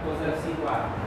Ou 054?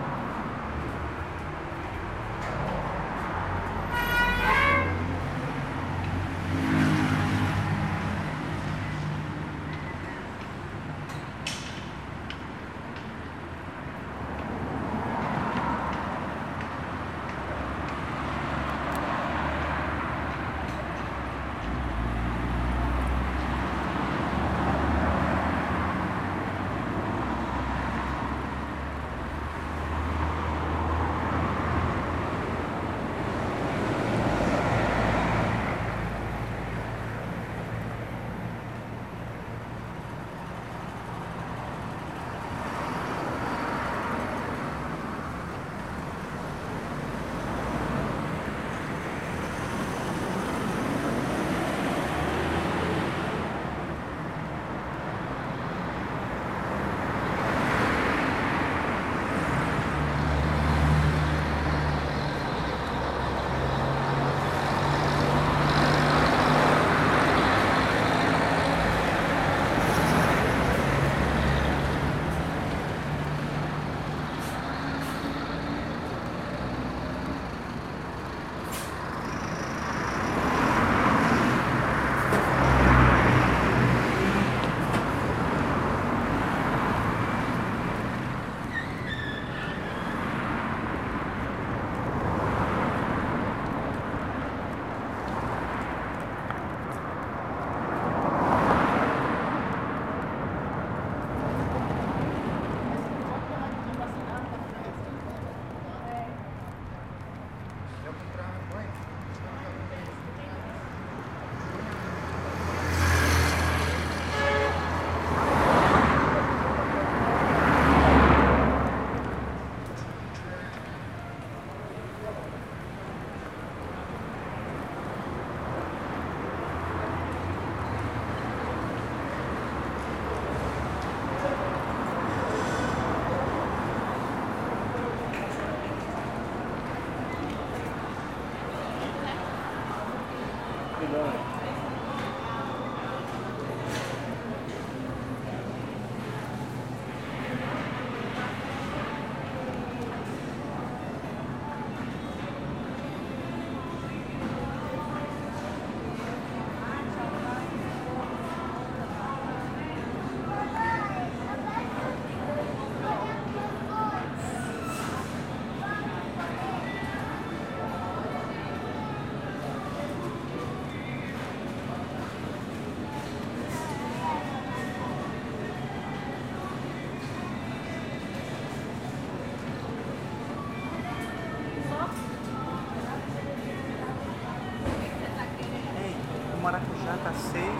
Maracujá tá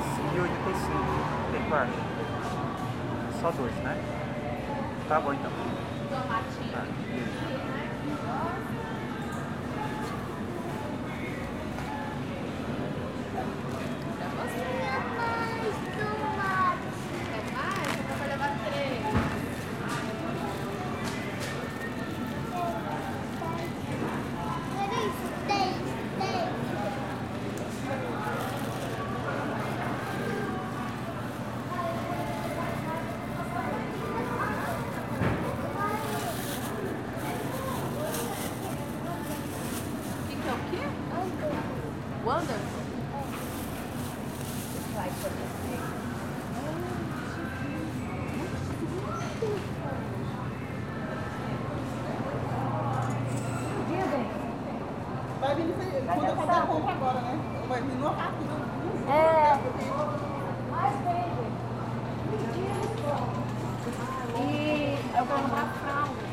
6,85. O que tu acha? Só 2, né? Tá bom então. Tá, beleza. Wonder? Vai vir quando eu fizer a compra agora, né? Vai vir numa rápida. É. E eu quero comprar fralda.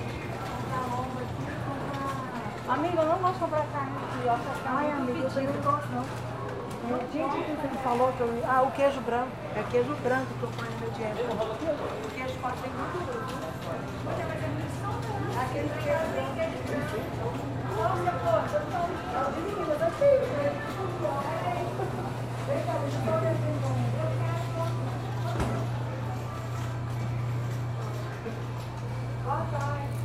Amiga, eu não gosto de comprar carne aqui, ó. Ai, amiga, eu também não gosto, não. Gente, o que você falou? Que eu... Ah, o queijo branco. É queijo branco que eu ponho no meu dia. O queijo pode ser muito duro. Aquele queijo branco. Nossa, pô, as meninas assim, né? Vem cá, deixa eu só ver aqui. Boa tarde.